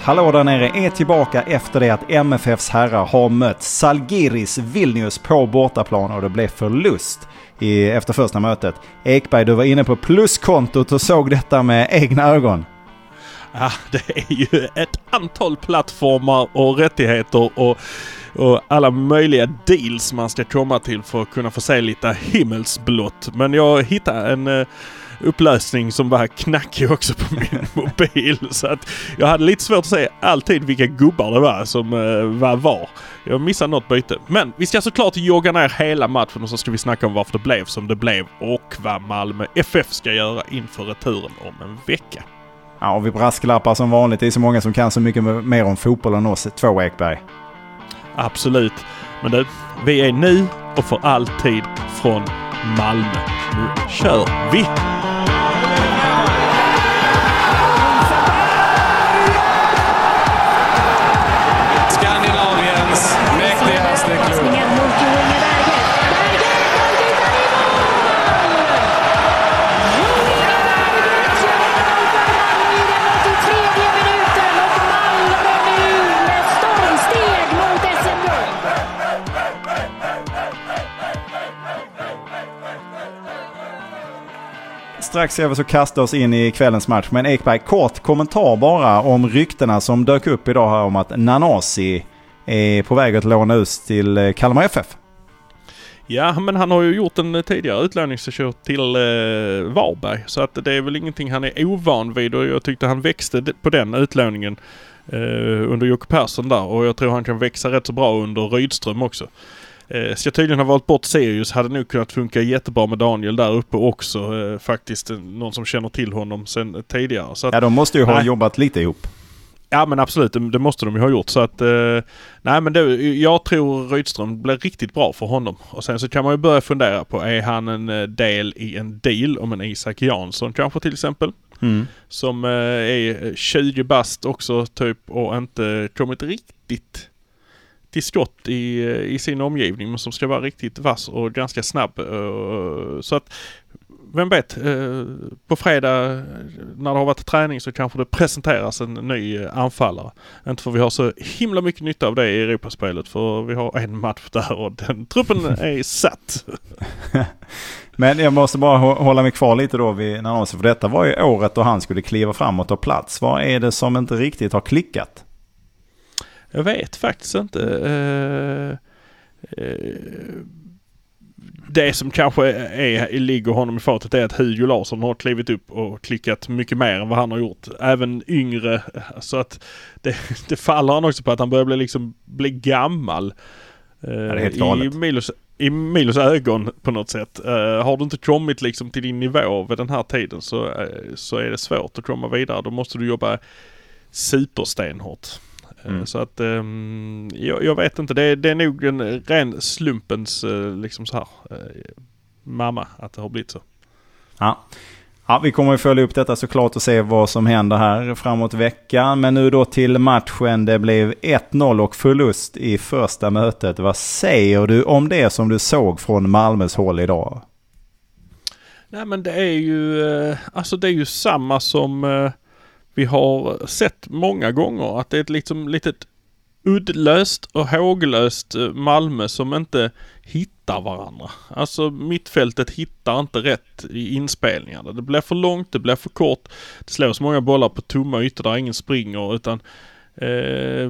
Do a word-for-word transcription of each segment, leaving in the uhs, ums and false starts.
Hallå där nere är tillbaka efter det att M F F:s herrar har mött Zalgiris Vilnius på bortaplan och det blev förlust i, efter första mötet. Ekberg, du var inne på pluskontot och såg detta med egna ögon. Ja, det är ju ett antal plattformar och rättigheter och, och alla möjliga deals man ska komma till för att kunna få se lite himmelsblått. Men jag hittade en uh, upplösning som var knackig också på min mobil. Så att jag hade lite svårt att säga alltid vilka gubbar det var som uh, var var. Jag missade något byte. Men vi ska såklart jogga ner hela matchen och så ska vi snacka om varför det blev som det blev och vad Malmö F F ska göra inför returen om en vecka. Ja, och vi brasklappar som vanligt. Det är så många som kan så mycket mer om fotboll än oss två, Ekberg. Absolut. Men det, vi är nu och för alltid från Malmö. Nu kör vi! Skandinaviens mäktigaste klubb. Strax ska vi så kasta oss in i kvällens match. Men Ekberg, kort kommentar bara om ryktena som dök upp idag här om att Nanasi är på väg att låna ut till Kalmar F F. Ja, men han har ju gjort en tidigare utlåningssession till eh, Varberg. Så att det är väl ingenting han är ovan vid och jag tyckte han växte på den utlåningen eh, under Jocke Persson där. Och jag tror han kan växa rätt så bra under Rydström också. Eh, ska tydligen ha valt bort Sirius, hade nog kunnat funka jättebra med Daniel där uppe också. Eh, faktiskt någon som känner till honom sen tidigare. Så att, ja, de måste ju ha nej. jobbat lite ihop. Ja, men absolut, det, det måste de ju ha gjort. Så att, eh, nej men det, jag tror Rydström blir riktigt bra för honom. Och sen så kan man ju börja fundera på, är han en del i en deal om en Isak Jansson kanske till exempel? Mm. Som eh, är tjugo bast också typ och inte kommit riktigt till skott i, i sin omgivning men som ska vara riktigt vass och ganska snabb. Uh, så att, vem vet, uh, på fredag när det har varit träning så kanske det presenteras en ny anfallare. Inte för vi har så himla mycket nytta av det i Europaspelet för vi har en match där och den truppen är satt. Men jag måste bara hålla mig kvar lite då vid Nanasi, för detta var ju året då han skulle kliva fram och ta plats. Vad är det som inte riktigt har klickat? Jag vet faktiskt inte. Uh, uh, det som kanske är, ligger honom i fatet är att Hugo Larsson har klivit upp och klickat mycket mer än vad han har gjort. Även yngre. Så att det, det faller han också på att han börjar bli, liksom, bli gammal. Uh, ja, det är helt galet. I Milos, i Milos ögon på något sätt. Uh, har du inte kommit liksom, till din nivå vid den här tiden så, uh, så är det svårt att komma vidare. Då måste du jobba superstenhårt. Mm. Så att um, jag, jag vet inte, det är, det är nog en ren slumpens uh, liksom så här uh, mamma att det har blivit så. Ja. Ja, vi kommer att följa upp detta såklart och se vad som händer här framåt veckan. Men nu då till matchen, det blev ett noll och förlust i första mötet. Vad säger du om det som du såg från Malmös håll idag? Nej men det är ju uh, alltså det är ju samma som uh, vi har sett många gånger, att det är ett liksom litet uddlöst och håglöst Malmö som inte hittar varandra. Alltså mittfältet hittar inte rätt i inspelningarna. Det blir för långt, det blir för kort. Det slår så många bollar på tomma ytor där ingen springer utan eh,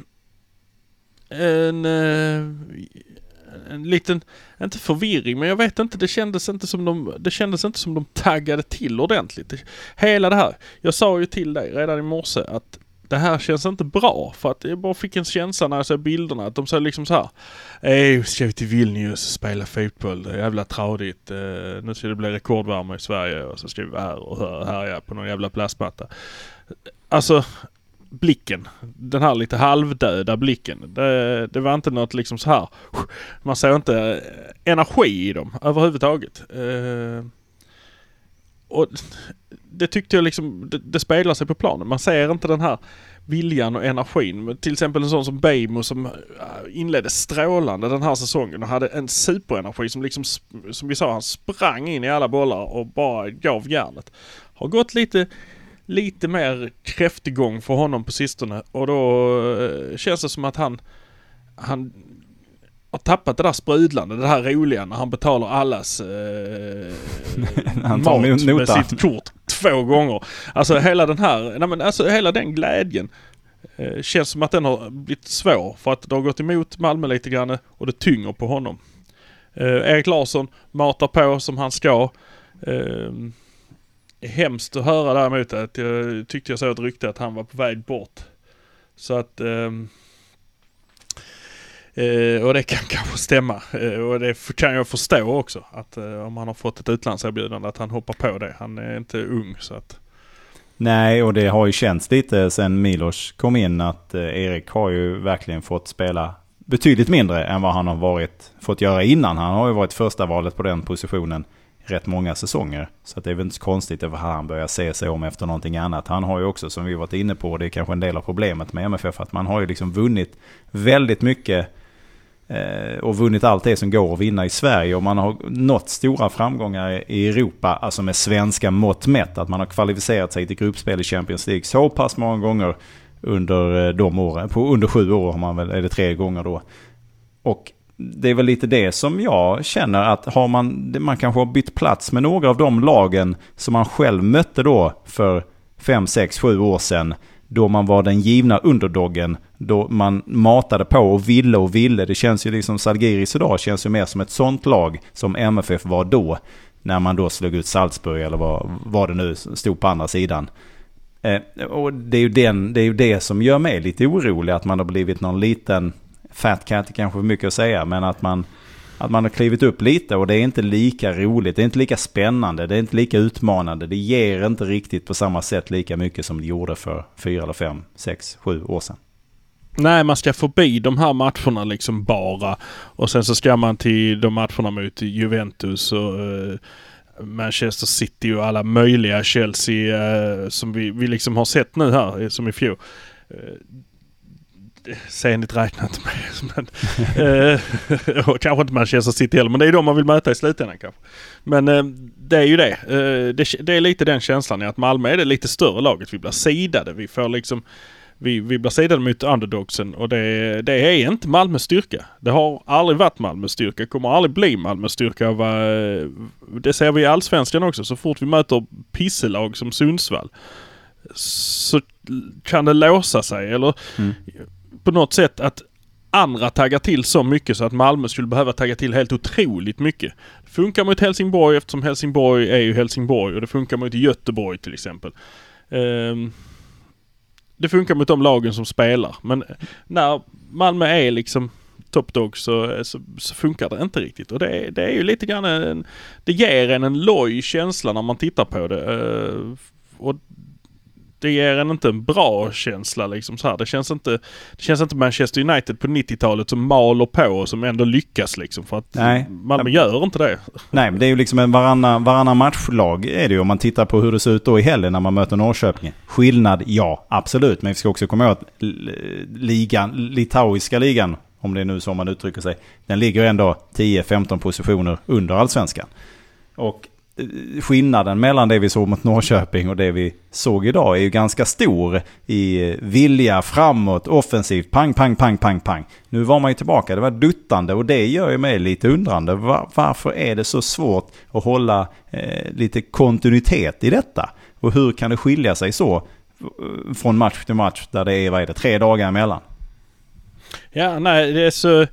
en eh, en liten, inte förvirring, men jag vet inte, det kändes inte som de, det kändes inte som de taggade till ordentligt. Hela det här, jag sa ju till dig redan i morse att det här känns inte bra, för att jag bara fick en känsla när jag såg bilderna att de sa liksom så här: "Ej, ska vi till Vilnius och spela fotboll, det är jävla tradigt, uh, nu ska det bli rekordvärme i Sverige och så ska vi vara här och här, här ja, på någon jävla plastmatta." Alltså blicken, den här lite halvdöda blicken, det, det var inte något liksom så här, man ser inte energi i dem överhuvudtaget. Uh, och det tyckte jag liksom, det, det spelar sig på planen. Man ser inte den här viljan och energin. Till exempel en sån som Beijmo som inledde strålande den här säsongen och hade en superenergi som liksom, som vi sa, han sprang in i alla bollar och bara gav järnet. Har gått lite lite mer kräftegång för honom på sistone. Och då eh, känns det som att han han har tappat det där sprudlande, det här roliga när han betalar allas eh, han mat med med sitt kort två gånger. Alltså hela den här, nej men alltså hela den glädjen eh, känns som att den har blivit svår för att det har gått emot Malmö lite grann och det tynger på honom. Eh, Erik Larsson matar på som han ska. Eh, hemskt att höra däremot att jag tyckte jag såg ett rykte att han var på väg bort. Så att eh, Eh, och det kan kanske stämma. Eh, och det kan jag förstå också. Att eh, om han har fått ett utlandserbjudande att han hoppar på det. Han är inte ung så att... Nej, och det har ju känts lite sen Milos kom in att eh, Erik har ju verkligen fått spela betydligt mindre än vad han har varit fått göra innan. Han har ju varit första valet på den positionen rätt många säsonger. Så att det är väl inte så konstigt att han börjar se sig om efter någonting annat. Han har ju också, som vi varit inne på, det är kanske en del av problemet med M F F, att man har ju liksom vunnit väldigt mycket och vunnit allt det som går att vinna i Sverige, och man har nått stora framgångar i Europa, alltså med svenska mått mätt, att man har kvalificerat sig till gruppspel i Champions League så pass många gånger under de åren. På under sju år har man väl, är det tre gånger då. Och det är väl lite det som jag känner, att har man, man kanske har bytt plats med några av de lagen som man själv mötte då för fem, sex, sju år sedan, då man var den givna underdoggen, då man matade på och ville och ville. Det känns ju liksom, Zalgiris idag känns ju mer som ett sånt lag som M F F var då, när man då slog ut Salzburg eller vad, vad det nu stod på andra sidan. Eh, och det är, ju den, det är ju det som gör mig lite orolig, att man har blivit någon liten fat cat, kanske för mycket att säga, men att man Att man har klivit upp lite, och det är inte lika roligt, det är inte lika spännande, det är inte lika utmanande, det ger inte riktigt på samma sätt lika mycket som det gjorde för fyra eller fem, sex, sju år sedan. Nej, man ska förbi de här matcherna liksom bara, och sen så ska man till de matcherna mot Juventus och uh, Manchester City och alla möjliga, Chelsea uh, som vi, vi liksom har sett nu här, som i fjol. Uh, Senigt räknat med, men eh, och kanske inte Manchester City heller, men det är de man vill möta i slutändan kanske. Men eh, det är ju det. Eh, det. Det är lite den känslan i att Malmö är det lite större laget. Vi blir sidade. Vi får liksom vi, vi blir sidade mot underdogsen, och det, det är inte Malmös styrka. Det har aldrig varit Malmös styrka. Kommer aldrig bli Malmös styrka. Det ser vi i Allsvenskan också. Så fort vi möter pisselag som Sundsvall så kan det låsa sig, eller mm. på något sätt att andra taggar till så mycket så att Malmö skulle behöva tagga till helt otroligt mycket. Det funkar mot Helsingborg eftersom Helsingborg är ju Helsingborg, och det funkar mot Göteborg till exempel. Um, det funkar mot de lagen som spelar, men när Malmö är liksom top dog så, så, så funkar det inte riktigt, och det är, det är ju lite grann en, det ger en en loj känsla när man tittar på det, uh, och det ger en inte en bra känsla liksom så här. Det känns inte det känns inte Manchester United på nittiotalet som maler på och som ändå lyckas liksom, för att Nej. Malmö gör inte det. Nej, men det är ju liksom en varannan, varannan matchlag är det ju, om man tittar på hur det ser ut då i helgen när man möter Norrköping. Skillnad, ja, absolut, men vi ska också komma ihåg att ligan, litauiska ligan, om det är nu så man uttrycker sig, den ligger ändå tio femton positioner under Allsvenskan. Och skillnaden mellan det vi såg mot Norrköping och det vi såg idag är ju ganska stor i vilja framåt, offensivt, pang, pang, pang, pang, pang. Nu var man ju tillbaka, det var duttande, och det gör ju mig lite undrande. Var, varför är det så svårt att hålla eh, lite kontinuitet i detta? Och hur kan det skilja sig så från match till match där det är, vad är det, tre dagar emellan? Ja, nej, det är så...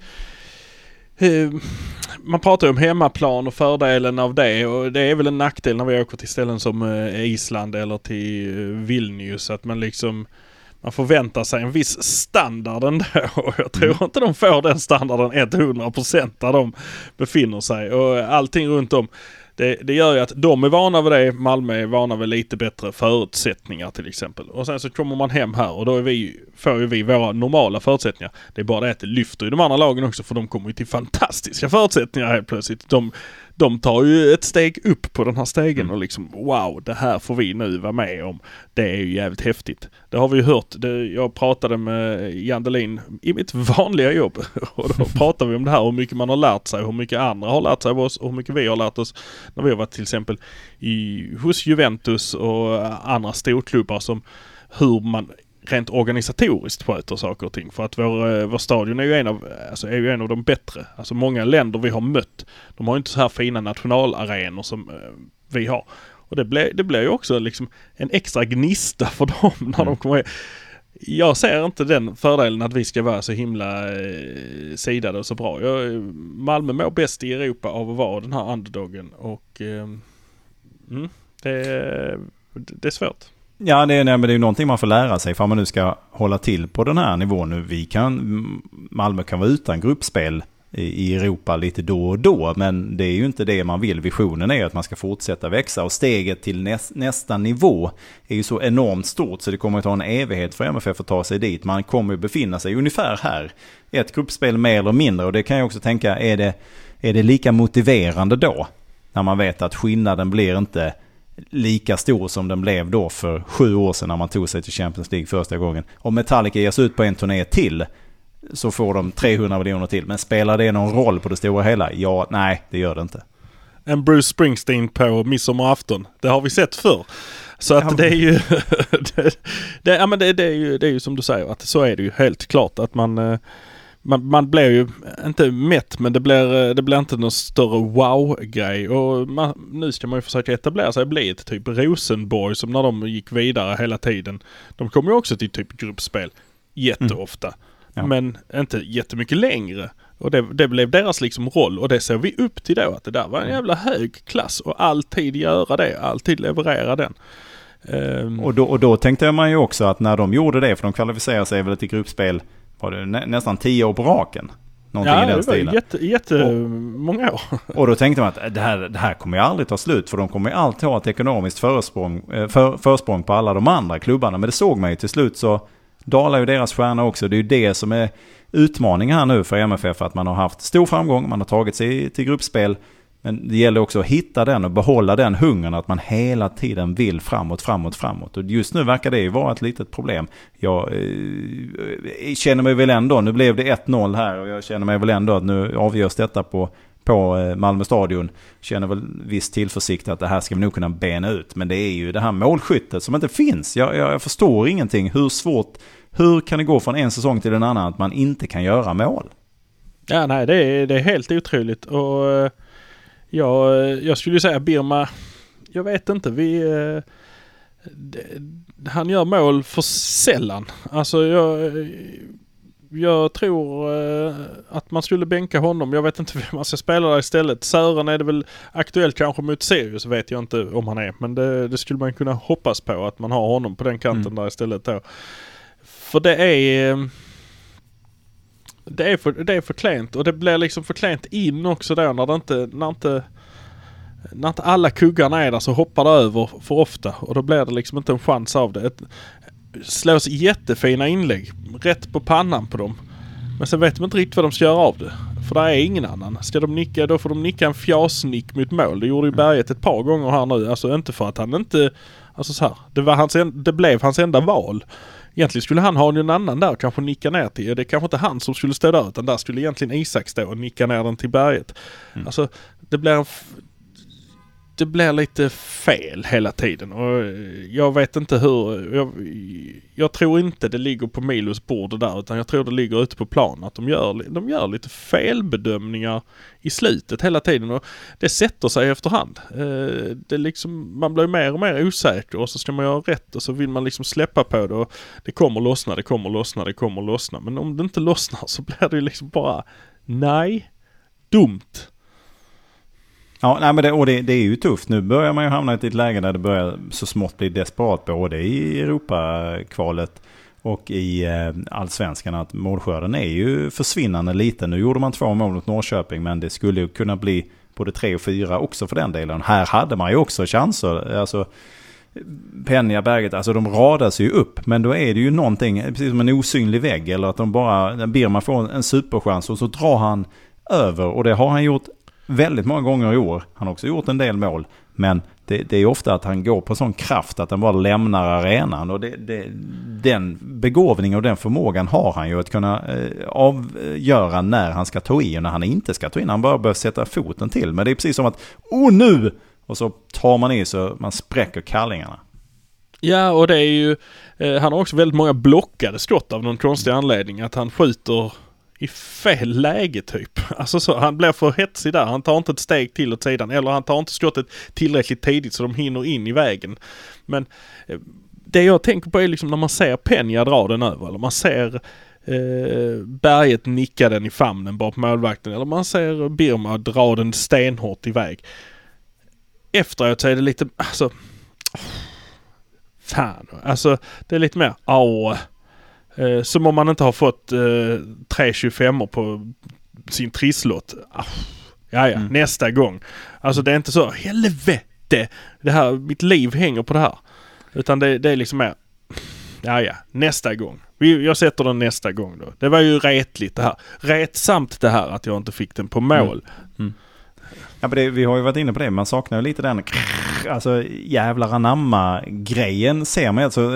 Man pratar ju om hemmaplan och fördelen av det, och det är väl en nackdel när vi åker till ställen som Island eller till Vilnius, att man liksom man förväntar sig en viss standard ändå, och jag tror mm. inte de får den standarden hundra procent där de befinner sig, och allting runt om. Det, det gör ju att de är vana vid det, Malmö är vana vid lite bättre förutsättningar till exempel. Och sen så kommer man hem här och då är vi, får ju vi våra normala förutsättningar. Det är bara det att det lyfter ju de andra lagen också, för de kommer ju till fantastiska förutsättningar helt plötsligt. De, de tar ju ett steg upp på den här stegen och liksom wow, det här får vi nu vara med om. Det är ju jävligt häftigt. Det har vi ju hört. Det, jag pratade med Jan Dahlin i mitt vanliga jobb och då pratade vi om det här, hur mycket man har lärt sig, hur mycket andra har lärt sig av oss och hur mycket vi har lärt oss när vi har varit till exempel i, hos Juventus och andra storklubbar, som hur man rent organisatoriskt sköter saker och ting. För att vår, vår stadion är ju, en av, alltså är ju en av de bättre. Alltså många länder vi har mött, de har ju inte så här fina nationalarenor som eh, vi har. Och det blir, det blir ju också liksom en extra gnista för dem när mm. de kommer. Jag ser inte den fördelen att vi ska vara så himla eh, sidade och så bra. Jag, Malmö mår bäst i Europa av att vara den här underdogen. Och eh, mm, det, det är svårt. Ja, det är, nej, men det är ju någonting man får lära sig för man nu ska hålla till på den här nivån nu. Vi kan, Malmö kan vara utan gruppspel i, i Europa lite då och då, men det är ju inte det man vill. Visionen är att man ska fortsätta växa och steget till näs, nästa nivå är ju så enormt stort så det kommer att ta en evighet för M F F att ta sig dit. Man kommer att befinna sig ungefär här. Ett gruppspel mer eller mindre, och det kan jag också tänka, är det, är det lika motiverande då? När man vet att skillnaden blir inte lika stor som den blev då för sju år sedan när man tog sig till Champions League första gången. Om Metallica ger sig ut på en turné till så får de trehundra miljoner till. Men spelar det någon roll på det stora hela? Ja, nej, det gör det inte. En Bruce Springsteen på midsommarafton. Det har vi sett förr. Så att ja, det är ju det, det, ja, men det, det, är ju det är ju som du säger, att så är det ju helt klart att man Man, man blir ju inte mätt, men det blir, det blir inte någon större wow-grej. Och man, nu ska man ju försöka etablera sig och bli ett typ Rosenborg som när de gick vidare hela tiden. De kommer ju också till typ gruppspel jätteofta. Mm. Ja. Men inte jättemycket längre. Och det, det blev deras liksom roll. Och det såg vi upp till då, att det där var en jävla hög klass. Och alltid göra det, alltid leverera den. Um, och, då, och då tänkte man ju också att när de gjorde det, för de kvalificerade sig väl till gruppspel var det nä- nästan tio år på raken. Någonting ja, i den det var stilen. jätte, jätte och, många år. Och då tänkte man att det här, det här kommer ju aldrig ta slut, för de kommer ju alltid ha ett ekonomiskt försprång, för, försprång på alla de andra klubbarna. Men det såg man ju till slut, så dalar ju deras stjärna också. Det är ju det som är utmaningen här nu för M F F, att man har haft stor framgång, man har tagit sig till gruppspel. Men det gäller också att hitta den och behålla den hungern, att man hela tiden vill framåt, framåt, framåt. Och just nu verkar det ju vara ett litet problem. Jag eh, känner mig väl ändå, nu blev det ett noll här och jag känner mig väl ändå att nu avgörs detta på, på Malmö stadion. Känner väl viss tillförsikt att det här ska vi nog kunna bena ut. Men det är ju det här målskyttet som inte finns. Jag, jag, jag förstår ingenting. Hur svårt, hur kan det gå från en säsong till en annan att man inte kan göra mål? Ja, nej, det är, det är helt otroligt. Och Ja, jag skulle säga Birma, jag vet inte, vi eh, han gör mål för sällan. Alltså jag jag tror eh, att man skulle bänka honom. Jag vet inte vem man ska spela där istället. Sören är det väl aktuellt kanske mot Sirius, vet jag inte om han är, men det, det skulle man kunna hoppas på att man har honom på den kanten mm. där istället då. För det är Det är, för, det är för klent, och det blir liksom för klent in också då när det inte, när inte när inte alla kuggarna är där, så hoppar det över för ofta och då blir det liksom inte en chans av det. Ett, slås jättefina inlägg rätt på pannan på dem, men sen vet de inte riktigt vad de ska göra av det, för det är ingen annan. Ska de nicka, då får de nicka en fjasnick mot mål. Det gjorde ju Berget ett par gånger här nu, alltså inte för att han inte, alltså så här, det var hans, det blev hans enda val. Egentligen skulle han ha en annan där och kanske nicka ner till. Det är kanske inte han som skulle stå där, utan där skulle egentligen Isak stå och nicka ner den till Berget. Mm. Alltså, det blir en f- det blir lite fel hela tiden. Och jag vet inte hur... Jag, jag tror inte det ligger på Milos bord där, utan jag tror det ligger ute på plan. Att de gör, de gör lite felbedömningar i slutet hela tiden. Och det sätter sig efterhand. Det liksom, man blir mer och mer osäker, och så ska man göra rätt och så vill man liksom släppa på det. Och det kommer lossna, det kommer lossna, det kommer lossna. Men om det inte lossnar så blir det liksom bara nej, dumt. Ja, nej, men det, och det, det är ju tufft. Nu börjar man ju hamna i ett läge där det börjar så smått bli desperat, både i Europa-kvalet och i eh, allsvenskan, att målskörden är ju försvinnande liten. Nu gjorde man två mål mot Norrköping, men det skulle ju kunna bli både tre och fyra också för den delen. Här hade man ju också chanser. Alltså Penja, Berget, alltså de radas ju upp, men då är det ju någonting, precis som en osynlig vägg, eller att de bara, Birma får en superchans och så drar han över, och det har han gjort väldigt många gånger i år. Han har också gjort en del mål. Men det, det är ofta att han går på sån kraft att han bara lämnar arenan. Och det, det, den begåvningen och den förmågan har han ju att kunna eh, avgöra när han ska ta i och när han inte ska ta in. Han bara bör sätta foten till. Men det är precis som att, oh nu! Och så tar man i så man spräcker kallingarna. Ja, och det är ju... Eh, han har också väldigt många blockade skott av någon konstig anledning. Att han skjuter i fel läge typ. Alltså så, han blir för hetsig där. Han tar inte ett steg till åt sidan. Eller han tar inte skottet tillräckligt tidigt så de hinner in i vägen. Men eh, det jag tänker på är liksom när man ser Peña dra den över. Eller man ser eh, Berget nicka den i famnen bara på målvakten. Eller man ser Birma dra den stenhårt iväg. Efteråt så är det lite... Alltså, fan. Alltså, det är lite mer... Åh... Eh, som om man inte har fått eh, tre tjugofem på sin trisslott. Ah, ja, ja, mm. nästa gång. Alltså det är inte så, helvete, det här, mitt liv hänger på det här. Utan det, det är liksom mer, ja, ja, nästa gång. Jag sätter den nästa gång då. Det var ju retligt det här. Retsamt det här att jag inte fick den på mål. Mm. Mm. Ja, men det, vi har ju varit inne på det. Man saknar ju lite den alltså jävlar anamma-grejen ser man. Alltså,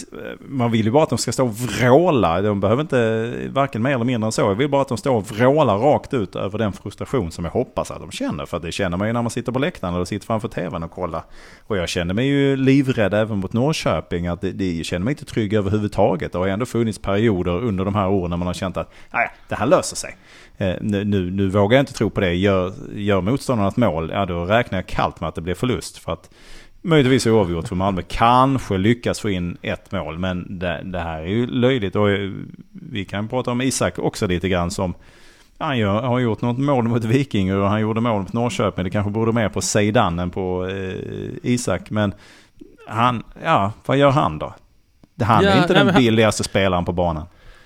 man vill ju bara att de ska stå och vråla. De behöver inte varken mer eller mindre än så. Jag vill bara att de står och vrålar rakt ut över den frustration som jag hoppas att de känner. För det känner man ju när man sitter på läktaren eller sitter framför tvn och kollar. Och jag känner mig ju livrädd även mot Norrköping. Att det, det, jag känner mig inte trygg överhuvudtaget. Det har ändå funnits perioder under de här åren när man har känt att nej, det här löser sig. Eh, nu, nu, nu vågar jag inte tro på det. Gör, gör motståndarna ett mål, ja då räknar jag kallt med att det blir förlust. För att möjligtvis är oavgjort för Malmö kanske lyckas få in ett mål. Men det, det här är ju löjligt. Och vi kan prata om Isak också lite grann som han gör, har gjort något mål mot Viking och han gjorde mål mot Norrköping. Det kanske borde mer på Seidan än på eh, Isak. Men han, ja, vad gör han då? Han ja, är inte nej, den han... billigaste spelaren på banan.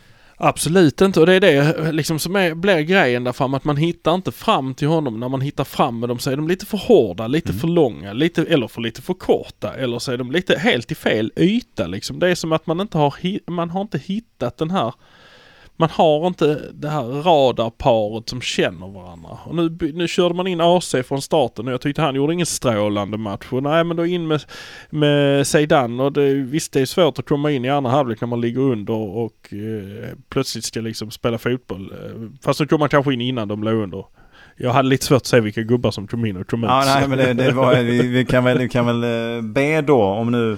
Absolut inte, och det är det liksom som är, blir grejen där fram, att man hittar inte fram till honom. När man hittar fram med dem så är de lite för hårda, lite mm. för långa, lite, eller för lite för korta, eller så är de lite helt i fel yta liksom. Det är som att man inte har, man har inte hittat den här, man har inte det här radarparet som känner varandra. Och nu, nu körde man in A C från starten och jag tyckte han gjorde ingen strålande match. Och nej, men då in med, med Seidan, och det, visst det är svårt att komma in i andra halvlek när man ligger under och, och eh, plötsligt ska liksom spela fotboll. Fast så kom man kanske in innan de låg under. Jag hade lite svårt att se vilka gubbar som kom in och kom ut. Ja, nej, men det, det var, vi, vi kan väl, vi kan väl be då om nu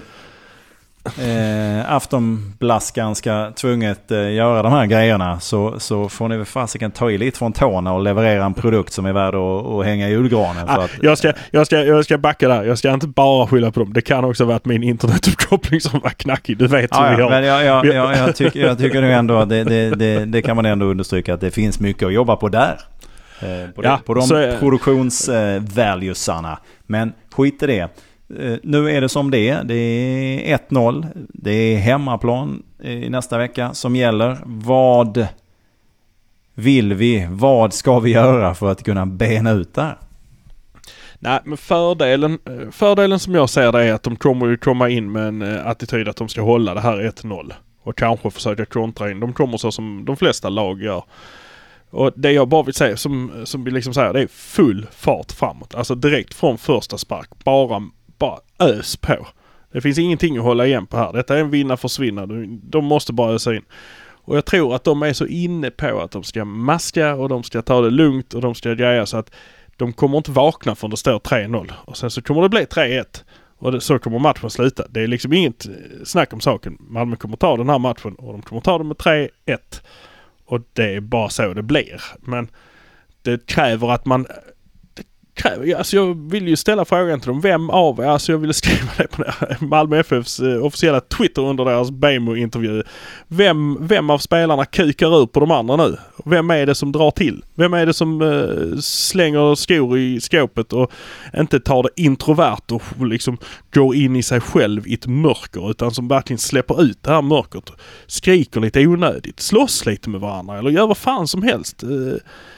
Eh, Aftonblaskan ska tvunget eh, göra de här grejerna, så, så får ni väl fasiken ta i lite från tårna och leverera en produkt som är värd att, att hänga i julgranen. Ah, för att, jag, ska, jag, ska, jag ska backa där. Jag ska inte bara skylla på dem. Det kan också ha varit min internetuppkoppling som var knackig. Du vet ah, hur vi ja, har. Men jag, jag, jag, jag, tycker, jag tycker nu ändå att det, det, det, det kan man ändå understryka att det finns mycket att jobba på där. Eh, på, ja, det, på de är... produktionsvaluesarna. Eh, men skit i det. Uh, nu är det som det är. Det är ett noll. Det är hemmaplan i nästa vecka som gäller. Vad vill vi? Vad ska vi göra för att kunna bena ut där? Nej, men fördelen, fördelen som jag ser det är att de kommer ju komma in med en attityd att de ska hålla det här ett noll. Och kanske försöka kontra in. De kommer så som de flesta lag gör. Och det jag bara vill säga, som, som vi liksom säger, det är full fart framåt. Alltså direkt från första spark. Bara bara ös på. Det finns ingenting att hålla igen på här. Detta är en vinna försvinna. De måste bara ösa in. Och jag tror att de är så inne på att de ska maska och de ska ta det lugnt och de ska greja så att de kommer inte vakna förrän det står tre noll. Och sen så kommer det bli tre ett. Och det, så kommer matchen sluta. Det är liksom inget snack om saken. Malmö kommer ta den här matchen och de kommer ta den med tre ett. Och det är bara så det blir. Men det kräver att man... Alltså jag vill ju ställa frågan till dem. Vem av, alltså jag ville skriva det på Malmö F F:s officiella Twitter under deras Bejmo-intervju. Vem, vem av spelarna kikar ut på de andra nu? Vem är det som drar till? Vem är det som uh, slänger skor i skåpet och inte tar det introvert och liksom går in i sig själv i ett mörker, utan som verkligen släpper ut det här mörkret, skriker lite onödigt, slåss lite med varandra eller gör vad fan som helst. Uh,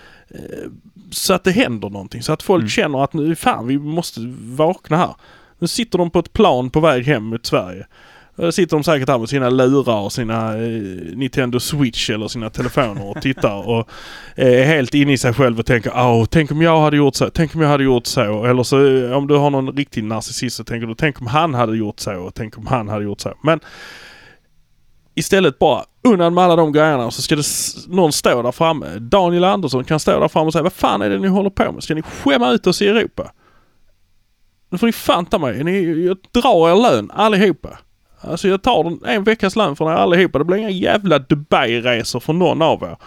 så att det händer någonting, så att folk mm. känner att nu fan, vi måste vakna här. Nu sitter de på ett plan på väg hem mot Sverige Då sitter de säkert här med sina lurar och sina eh, Nintendo Switch eller sina telefoner och tittar och är helt inne i sig själv och tänker åh, tänk om jag hade gjort så, tänk om jag hade gjort så. Eller så om du har någon riktig narcissist så tänker du, tänk om han hade gjort så och tänk om han hade gjort så. Men istället bara undan med alla de grejerna och så ska det s- någon stå där framme. Daniel Andersson kan stå där framme och säga, vad fan är det ni håller på med? Ska ni skämma ut oss i Europa? Nu får ni fanta mig. Ni, jag drar er lön allihopa. Alltså jag tar den, en veckas lön från er allihopa. Det blir inga jävla Dubai-resor från någon av er.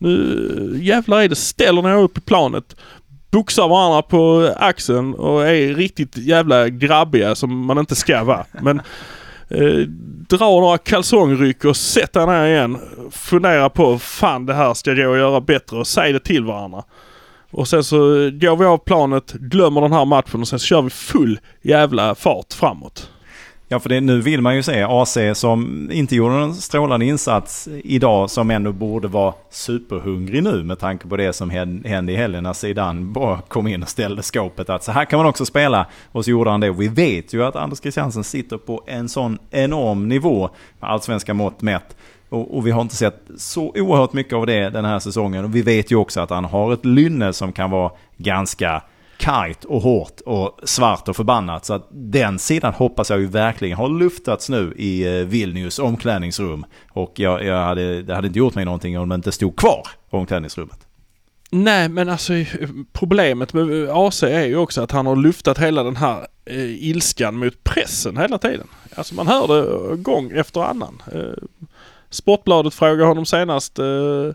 Nu jävlar är det, ställer ni upp i planet, boxar varandra på axeln och är riktigt jävla grabbiga som man inte ska vara. Men eh, dra några kalsongryck och sätta ner igen. Fundera på, fan det här ska jag göra bättre och säg det till varandra. Och sen så går vi av planet, glömmer den här matchen och sen så kör vi full jävla fart framåt. Ja, för det, nu vill man ju se A C som inte gjorde någon strålande insats idag, som ändå borde vara superhungrig nu med tanke på det som hände i helgen när Zidane bara kom in och ställde skåpet att så här kan man också spela, och så gjorde han det. Och vi vet ju att Anders Christiansen sitter på en sån enorm nivå med allsvenska mått mätt. Och, och vi har inte sett så oerhört mycket av det den här säsongen. Och vi vet ju också att han har ett lynne som kan vara ganska kargt och hårt och svart och förbannat. Så att den sidan hoppas jag ju verkligen har luftats nu i Vilnius omklädningsrum. Och jag, jag hade, det hade inte gjort mig någonting om det inte stod kvar i omklädningsrummet. Nej, men alltså problemet med A C är ju också att han har luftat hela den här eh, ilskan mot pressen hela tiden. Alltså man hör det gång efter annan. Eh, Sportbladet frågar honom senast, eh,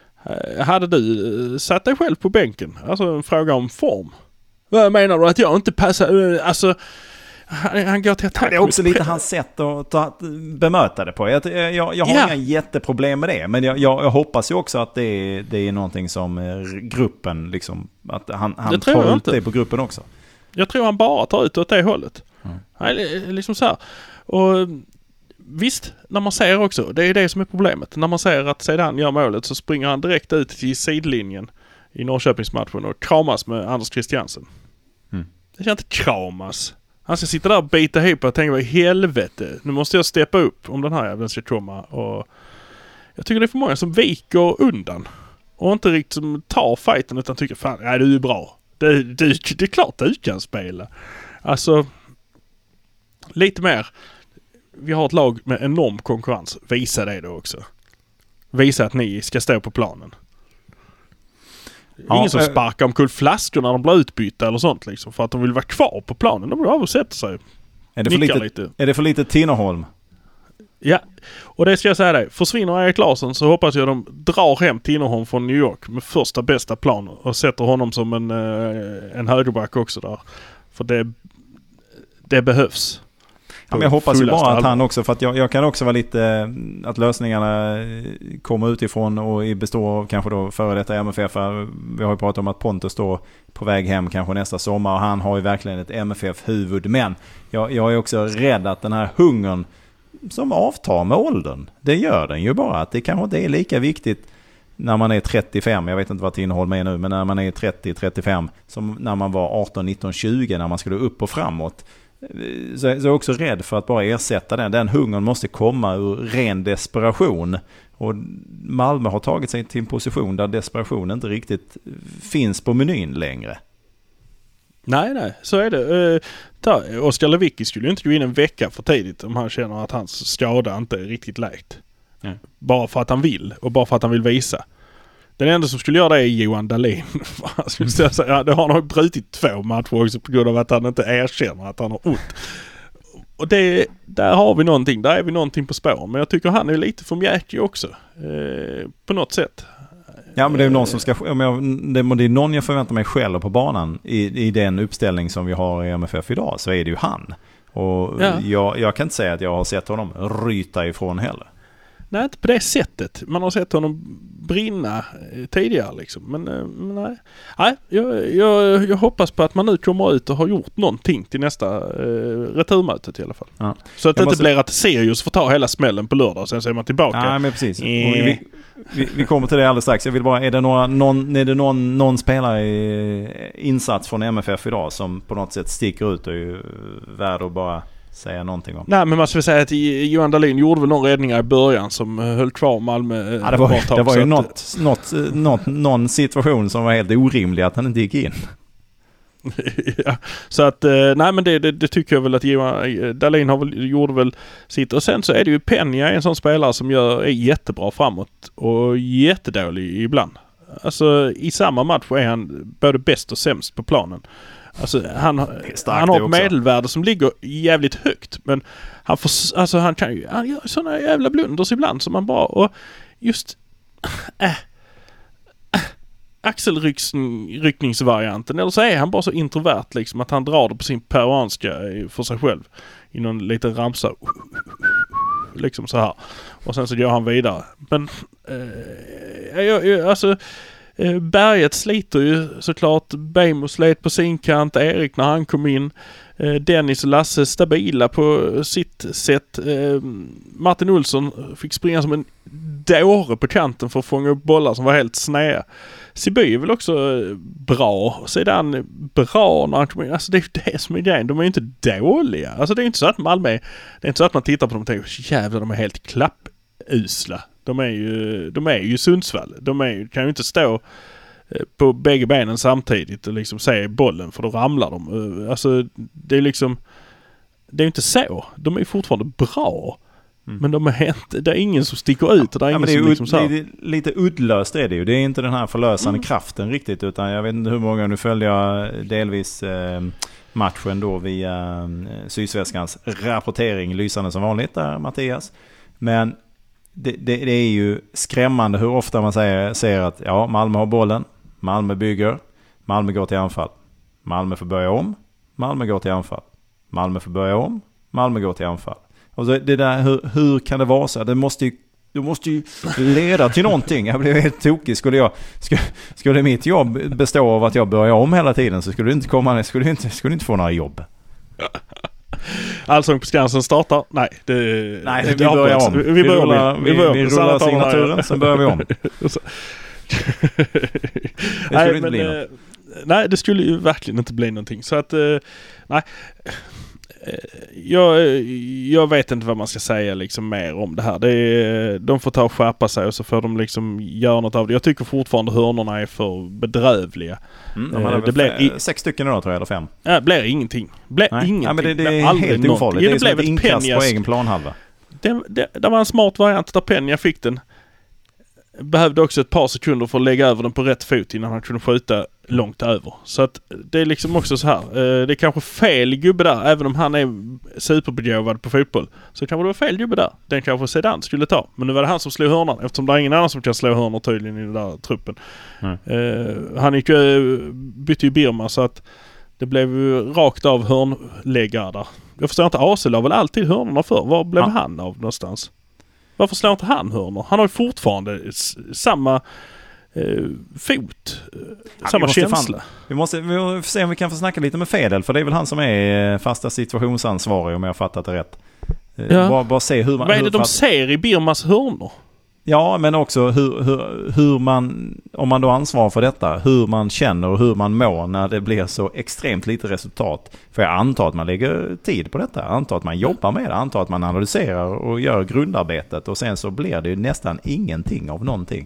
hade du satt dig själv på bänken? Alltså en fråga om form. Vad menar du att jag inte passar? Alltså han, han går till attack. Det är också lite hans sätt att ta, bemöta det på. Jag, jag, jag har ja. inga jätteproblem med det. Men jag, jag, jag hoppas ju också att det är, det är någonting som gruppen liksom, att han, han tar ut inte. det på gruppen också. Jag tror han bara tar ut åt det hållet. Mm. Han är liksom så här. Och visst, när man ser också, det är det som är problemet. När man ser att Zidane gör målet så springer han direkt ut till sidlinjen i Norrköpingsmatchen och kramas med Anders Christiansen. Mm. Det ska inte kramas. Han ska sitta där och bita ihop och tänka, vad i helvete, nu måste jag steppa upp om den här jäveln ska komma. Och jag tycker det är för många som viker undan och inte riktigt som tar fighten utan tycker, fan, nej, du är bra. Det, det, det är klart du kan spela. Alltså, lite mer. Vi har ett lag med enorm konkurrens. Visa det då också. Visa att ni ska stå på planen. Ja, ingen som sparkar omkull flaskor när de blir utbytta eller sånt liksom. För att de vill vara kvar på planen. De blir av och sätter sig. Är det, för lite, lite. är det för lite Tinnerholm? Ja, och det ska jag säga dig. Försvinner Erik Larsson så hoppas jag de drar hem Tinnerholm från New York med första bästa plan och sätter honom som en, en högerback också där. För det, det behövs. Ja, men jag hoppas ju bara att han också, för att jag, jag kan också vara lite, att lösningarna kommer utifrån och består av kanske då före detta M F F. Vi har ju pratat om att Pontus står på väg hem kanske nästa sommar och han har ju verkligen ett M F F-huvud. Men jag, jag är också rädd att den här hungern som avtar med åldern, det gör den ju bara. Att det kanske inte är lika viktigt när man är trettiofem, jag vet inte vad Tinnerholm är nu, men när man är trettio trettiofem som när man var arton nitton tjugo när man skulle upp och framåt. Så jag är också rädd för att bara ersätta den. Den hungern måste komma ur ren desperation. Och Malmö har tagit sig till en position där desperation inte riktigt finns på menyn längre. Nej, nej, så är det. Uh, Oskar Lewicki skulle ju inte gå in en vecka för tidigt om han känner att hans skada inte är riktigt läkt. Mm. Bara för att han vill och bara för att han vill visa. Den enda som skulle göra det är Johan Dahlin. Han skulle säga så, ja, det har nog brutit två matcher också på grund av att han inte erkänner att han har ont. Och det, där har vi någonting. Där är vi någonting på spår. Men jag tycker han är lite för mjäkig också. Eh, på något sätt. Ja, men det är någon som ska, om jag, det är någon jag förväntar mig själv på banan i, i den uppställning som vi har i M F F idag, så är det ju han. Och ja. jag, jag kan inte säga att jag har sett honom ryta ifrån heller. Nej, inte på det sättet. Man har sett honom brinna tidigare liksom. Men, men nej. Nej jag, jag, jag hoppas på att man nu kommer ut och har gjort någonting till nästa eh, returmötet i alla fall. Ja. Så att det måste... inte blir att Sirius får ta hela smällen på lördag och sen så är man tillbaka. Ja, men precis. Mm. Vi, vi, vi kommer till det alldeles strax. Jag vill bara, är det, några, någon, är det någon, någon spelare i insats från M F F idag som på något sätt sticker ut och är ju värd att bara säga någonting om. Nej, men man skulle säga att Johan Dahlin gjorde väl någon räddningar i början som höll kvar Malmö. Ja, det var, ju, det var ju något, något, något, någon situation som var helt orimlig att han inte gick in. Ja, så att, nej men det, det, det tycker jag väl att Johan Dahlin har väl, gjorde väl sitt. Och sen så är det ju Peña, en sån spelare som gör, är jättebra framåt och jättedålig ibland. Alltså i samma match är han både bäst och sämst på planen. Alltså han, han har ett medelvärde som ligger jävligt högt, men han får, alltså han kan ju, han gör såna jävla blunders ibland som man bara, och just äh, äh, axelryckningsvarianten, eller så är han bara så introvert liksom att han drar det på sin peruanska för sig själv i någon liten ramsa liksom så här, och sen så går han vidare. Men äh, jag, jag, alltså Berget sliter ju såklart. Beijmo slet på sin kant. Erik när han kom in. Dennis och Lasse stabila på sitt sätt. Martin Olsson fick springa som en dåre på kanten för att fånga upp bollar som var helt snäva. Siby är väl också bra. Sedan bra när han kom in. Alltså det är det som är grejen. De är ju inte dåliga. Alltså det är inte så att Malmö, det är inte så att man tittar på dem och tänker jävlar, de är helt klappusla. De är ju, de är ju Sundsvall. De är, kan ju inte stå på bägge benen samtidigt och liksom se bollen, för då ramlar de. Alltså det är liksom, det är inte så. De är fortfarande bra. Mm. Men de är inte, det är ingen som sticker ut. Och det är, ja, ingen det är, som liksom ud, det är lite uddlöst är det ju. Det är inte den här förlösande mm. kraften riktigt, utan jag vet inte hur många, nu följer jag delvis eh, matchen då via eh, Sydsvenskans rapportering, lysande som vanligt där, Mattias. Men Det, det, det är ju skrämmande hur ofta man säger, säger att ja, Malmö har bollen, Malmö bygger, Malmö går till anfall, Malmö får börja om, Malmö går till anfall, Malmö får börja om, Malmö går till anfall. Och så det där, hur, hur kan det vara så? Det måste ju, det måste ju leda till någonting. Jag blev helt tokig. Skulle jag, skulle, skulle mitt jobb bestå av att jag börjar om hela tiden, så skulle du inte komma, skulle inte, skulle inte få några jobb. Allsång på Skansen startar. Nej, det, Nej, det vi börjar om. Vi, vi, börjar rullar, vi, vi, vi rullar signaturen, sen börjar vi om. Det nej, skulle inte men, bli eh, något. Nej, det skulle ju verkligen inte bli någonting. Så att, eh, nej. Jag, jag vet inte vad man ska säga liksom mer om det här. Det är, de får ta och skärpa sig och så får de liksom göra något av det. Jag tycker fortfarande hörnorna är för bedrövliga. Mm, de hade det blev i, sex stycken idag tror jag, eller fem. Ja, det blir ingenting. Blir ingenting. Ja, men det, det är helt ofarligt. Det, det är som ett inkast Peñas, på egen planhalva. Det, det, det var en smart variant där Peña fick den. Behövde också ett par sekunder för att lägga över den på rätt fot innan han kunde skjuta långt över. Så att det är liksom också så här. Det är kanske fel gubbe där, även om han är superbegåvad på fotboll. Så kanske det var fel gubbe där. Den kanske Sedan skulle ta. Men nu var det han som slog hörnan, eftersom det är ingen annan som kan slå hörnor tydligen i den där truppen. Mm. Uh, han gick ju, bytte ju Birma, så att det blev ju rakt av hörnläggare där. Jag förstår inte, A C la väl alltid hörnorna för. Var blev ja. han av någonstans? Varför slår inte han hörnor? Han har ju fortfarande s- samma eh, fot, ja, samma vi känsla. Fan, vi, måste, vi måste se om vi kan få snacka lite med Fedel, för det är väl han som är fasta situationsansvarig, om jag har fattat det rätt. Ja. Bara, bara se hur man... Vad är det hur, de ser i Birmas hörnor? Ja, men också hur, hur, hur man, om man då ansvarar för detta, hur man känner och hur man mår när det blir så extremt lite resultat. För jag antar att man lägger tid på detta, jag antar att man jobbar med det, jag antar att man analyserar och gör grundarbetet, och sen så blir det ju nästan ingenting av någonting.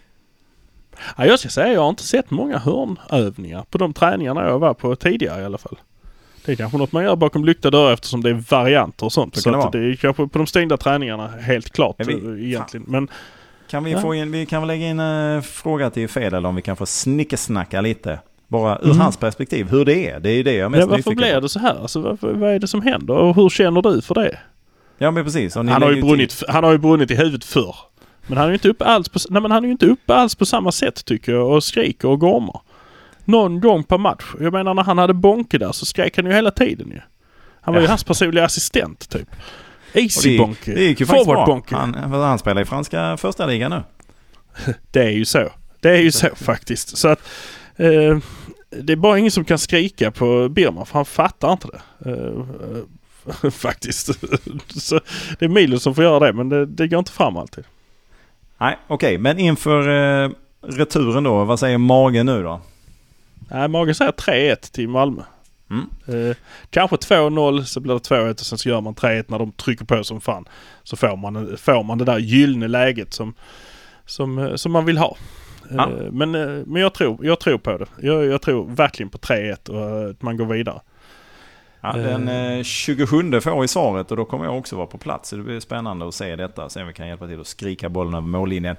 Ja, jag ska säga, jag har inte sett många hörnövningar på de träningarna jag var på tidigare i alla fall. Det är kanske något man gör bakom lyckta dörrar, eftersom det är varianter och sånt. Så, så det, att det är kanske på de stängda träningarna helt klart vi, egentligen. Men, kan vi, ja. få in, vi kan väl lägga in en fråga till Fedel om vi kan få snickesnacka lite. Bara ur mm. hans perspektiv, hur det är. Det är ju det jag är mest ja, varför blir det så här? Alltså, varför, vad är det som händer? Och hur känner du för det? Ja, men precis. Han har, ju brunnit, han har ju brunnit i huvudet förr. Men han är ju inte uppe alls på, nej, men han är ju inte uppe alls på samma sätt, tycker jag, och skriker och gormar. Någon gång per match. Jag menar, när han hade Bonke där så skrek han ju hela tiden ju. Han var ja. ju hans personliga assistent typ. Easy Bonke. Det gick ju faktiskt bra. Han, han spelar i franska första ligan nu. Det är ju så. Det är ju så faktiskt. Så att eh, det är bara ingen som kan skrika på Birma, för han fattar inte det. Eh, faktiskt. Så det är Milo som får göra det, men det, det går inte fram alltid. Nej, okej. Okay. Men inför eh, returen då, vad säger Magen nu då? Nej, Magen säger tre ett till Malmö. Mm. Eh, kanske två noll, så blir det två ett och sen så gör man tre ett när de trycker på som fan. Så får man, får man det där gyllene läget som, som, som man vill ha. Ja. Eh, men men jag, tror, jag tror på det. Jag, jag tror verkligen på tre ett och att man går vidare. Ja, den eh, tjugosjunde får i svaret och då kommer jag också vara på plats. Så det blir spännande att se detta. Sen vi kan hjälpa till att skrika bollen över mållinjen.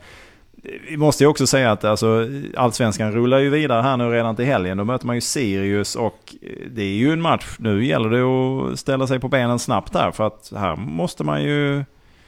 Vi måste ju också säga att alltså, Allsvenskan rullar ju vidare här nu redan till helgen. Då möter man ju Sirius och det är ju en match. Nu gäller det att ställa sig på benen snabbt där. För att här måste man ju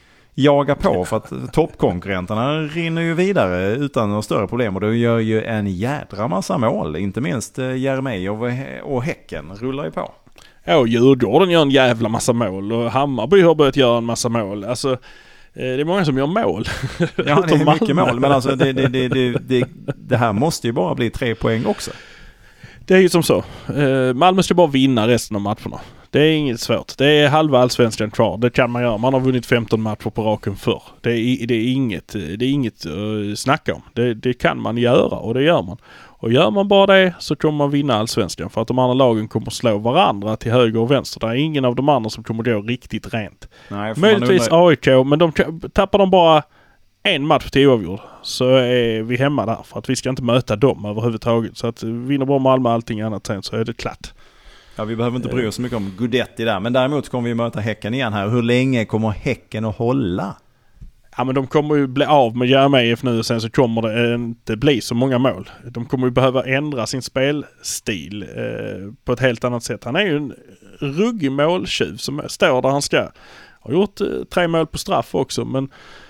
jaga på. För att toppkonkurrenterna rinner ju vidare utan några större problem. Och då gör ju en jädra massa mål. Inte minst Jeremejeff och Häcken rullar ju på. Ja, och Djurgården gör en jävla massa mål. Och Hammarby har börjat göra en massa mål. Alltså... Det är många som gör mål. Ja, det är mycket mål. Men alltså det, det, det, det, det, det här måste ju bara bli tre poäng också. Det är ju som så. Malmö ska bara vinna resten av matcherna. Det är inget svårt. Det är halva Allsvenskan kvar. Det kan man göra. Man har vunnit femton matcher på raken förr. Det är, det är inget, det är inget att snacka om. Det, det kan man göra och det gör man. Och gör man bara det så kommer man vinna Allsvenskan. För att de andra lagen kommer slå varandra till höger och vänster. Det är ingen av de andra som kommer gå riktigt rent. Nej, möjligtvis A I K, men de tappar de bara en match till oavgjord så är vi hemma där. För att vi ska inte möta dem överhuvudtaget. Så att vinner bara Malmö allting annat sen så är det klart. Ja, vi behöver inte bry oss så mycket om Gudetti där. Men däremot kommer vi möta Häcken igen här. Hur länge kommer Häcken att hålla? Ja, men de kommer ju bli av med Jeremejeff nu och sen så kommer det inte bli så många mål. De kommer ju behöva ändra sin spelstil eh, på ett helt annat sätt. Han är ju en ruggig måltjuv som står där han ska. Har gjort eh, tre mål på straff också, men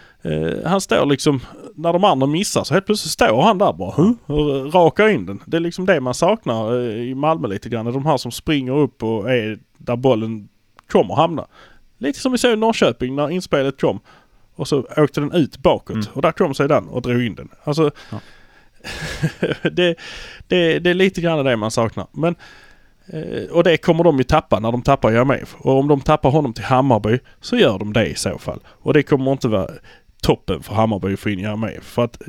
eh, han står liksom, när de andra missar så helt plötsligt står han där bara huh? och rakar in den. Det är liksom det man saknar eh, i Malmö lite grann. De här som springer upp och är där bollen kommer hamna. Lite som vi såg i Norrköping när inspelet kom. Och så åkte den ut bakåt. Mm. Och där kom sig den och drog in den. Alltså, ja. det, det, det är lite grann det man saknar. Men, eh, och det kommer de ju tappa när de tappar Jeremejeff. Och om de tappar honom till Hammarby så gör de det i så fall. Och det kommer inte vara toppen för Hammarby att få in Jeremejeff. För att eh,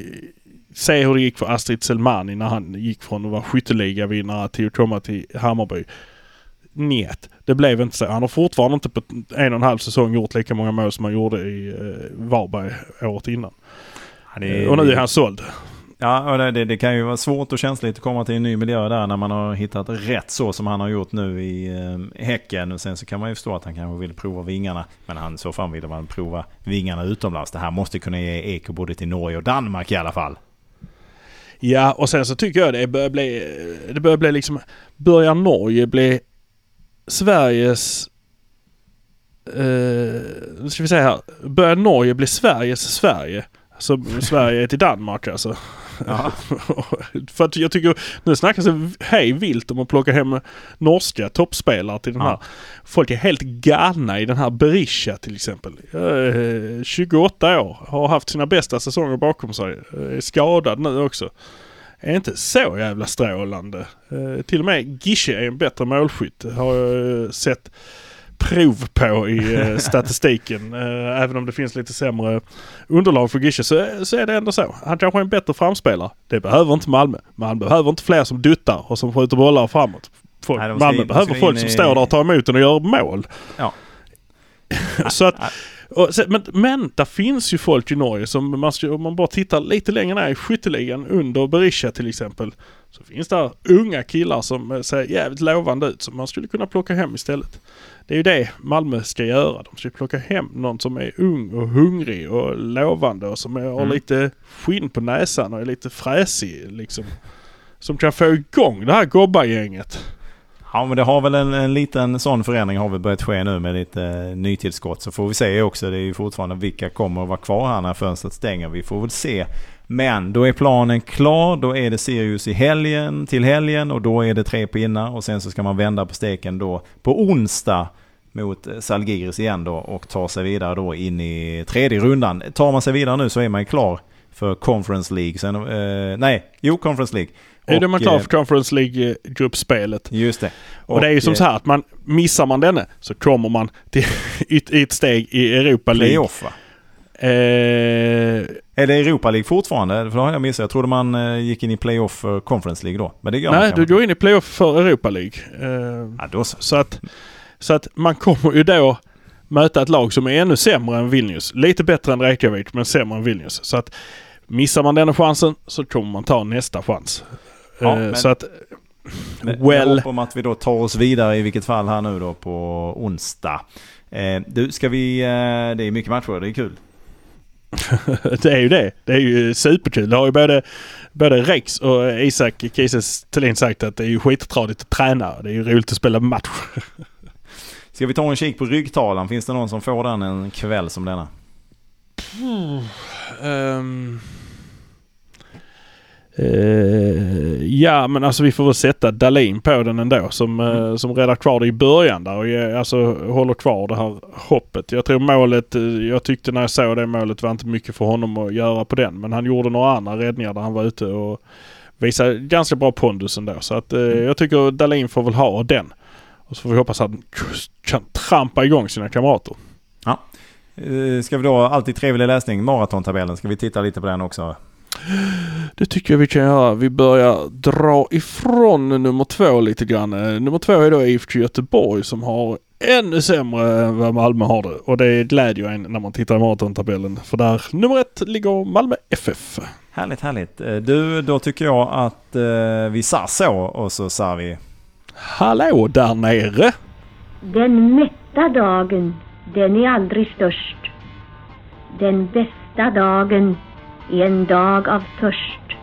se hur det gick för Astrid Selmani när han gick från att vara skytteligavinnare till att komma till Hammarby. Njet. Det blev inte så. Han har fortfarande inte på en och en halv säsong gjort lika många mål som han gjorde i eh, Varberg året innan. Ja, det är, och nu är han såld. Ja, och det, det kan ju vara svårt och känsligt att komma till en ny miljö där när man har hittat rätt så som han har gjort nu i eh, Häcken. Och sen så kan man ju förstå att han kanske vill prova vingarna. Men han så fan vill man prova vingarna utomlands. Det här måste kunna ge eko både till Norge och Danmark i alla fall. Ja, och sen så tycker jag det börjar bli det börjar bli liksom börjar Norge bli Sveriges eh, nu ska vi säga här, börjar Norge bli Sveriges Sverige, så Sverige är till Danmark alltså. Ja. För att jag tycker nu snackas det hej vilt om att plocka hem norska toppspelare till den här. Ja. Folk är helt galna i den här Berisha till exempel. Eh, tjugoåtta år, har haft sina bästa säsonger bakom sig. Är skadad nu också. Är inte så jävla strålande. Eh, till och med Gische är en bättre målskytt. Har jag eh, sett prov på i eh, statistiken. Eh, även om det finns lite sämre underlag för Gische så, så är det ändå så. Han kanske är en bättre framspelare. Det behöver inte Malmö. Man behöver inte fler som duttar och som skjuter bollar framåt. Folk, Nej, Malmö in, behöver folk som i... står där och tar emot den och gör mål. Ja. Så att och, men, men där finns ju folk i Norge som man, om man bara tittar lite längre ner i skytteligan under Berisha till exempel, så finns det unga killar som ser jävligt lovande ut som man skulle kunna plocka hem istället. Det är ju det Malmö ska göra. De ska plocka hem någon som är ung och hungrig och lovande och som är, mm. har lite skinn på näsan och är lite fräsig liksom. Som kan få igång det här gobbargänget. Ja, men det har väl en, en liten sån förändring har väl börjat ske nu med lite eh, nytillskott. Så får vi se också, det är ju fortfarande vilka kommer att vara kvar här när fönstret stänger. Vi får väl se. Men då är planen klar, då är det Sirius i helgen till helgen och då är det tre pinnar. Och sen så ska man vända på steken då på onsdag mot Zalgiris igen då och ta sig vidare då in i tredje rundan. Tar man sig vidare nu så är man ju klar för Conference League. Sen, eh, nej, jo Conference League. Är det man klar för Conference League-gruppspelet? Just det. Och, och det är ju som så här att man, missar man denne så kommer man till ett, ett steg i Europa League. Playoff, va? Eh, är det Europa League fortfarande? För då har jag missat. Jag trodde man eh, gick in i playoff för Conference League då. Men det gör nej, man du går in i playoff för Europa League. Eh, ja, då så. Så, att, så att man kommer ju då möta ett lag som är ännu sämre än Vilnius. Lite bättre än Reykjavik, men sämre än Vilnius. Så att missar man den chansen så kommer man ta nästa chans. Ja, eh, men, så att men well, jag hoppas om att vi då tar oss vidare i vilket fall här nu då på onsdag. Eh, du, ska vi... Eh, det är mycket matcher, det är kul. det är ju det. Det är ju superkul. Det har ju både, både Rex och Isak Kiese Thelin sagt att det är ju skittradigt att träna. Det är ju roligt att spela match. Ska vi ta en kik på ryggtalan? Finns det någon som får den en kväll som denna? Um, uh, ja, men alltså vi får väl sätta Dahlin på den ändå som, mm. uh, som räddar kvar det i början där och uh, alltså håller kvar det här hoppet. Jag tror målet, uh, jag tyckte när jag såg det målet var inte mycket för honom att göra på den, men han gjorde några andra räddningar där han var ute och visade ganska bra pondus ändå. Så att, uh, mm. jag tycker Dahlin får väl ha den. Och så får vi hoppas att han kan trampa igång sina kamrater. Ja. Ska vi då, alltid trevlig läsning, maratontabellen. Ska vi titta lite på den också? Det tycker jag vi kan göra. Vi börjar dra ifrån nummer två lite grann. Nummer två är då I F K Göteborg som har ännu sämre än vad Malmö har det. Och det glädjer en när man tittar i maratontabellen. För där nummer ett ligger Malmö F F. Härligt, härligt. Du, då tycker jag att eh, vi sa så och så sa vi... Hallå där nere! Den mätta dagen, den är aldrig störst. Den bästa dagen är en dag av törst.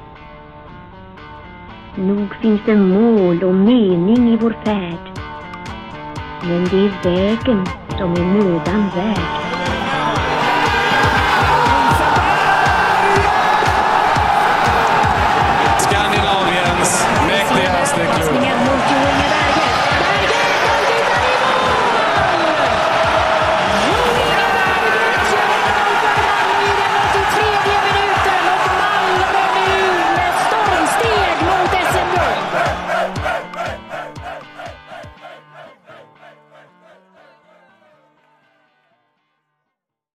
Nog finns det mål och mening i vår färd. Men det är vägen som är mödan värd.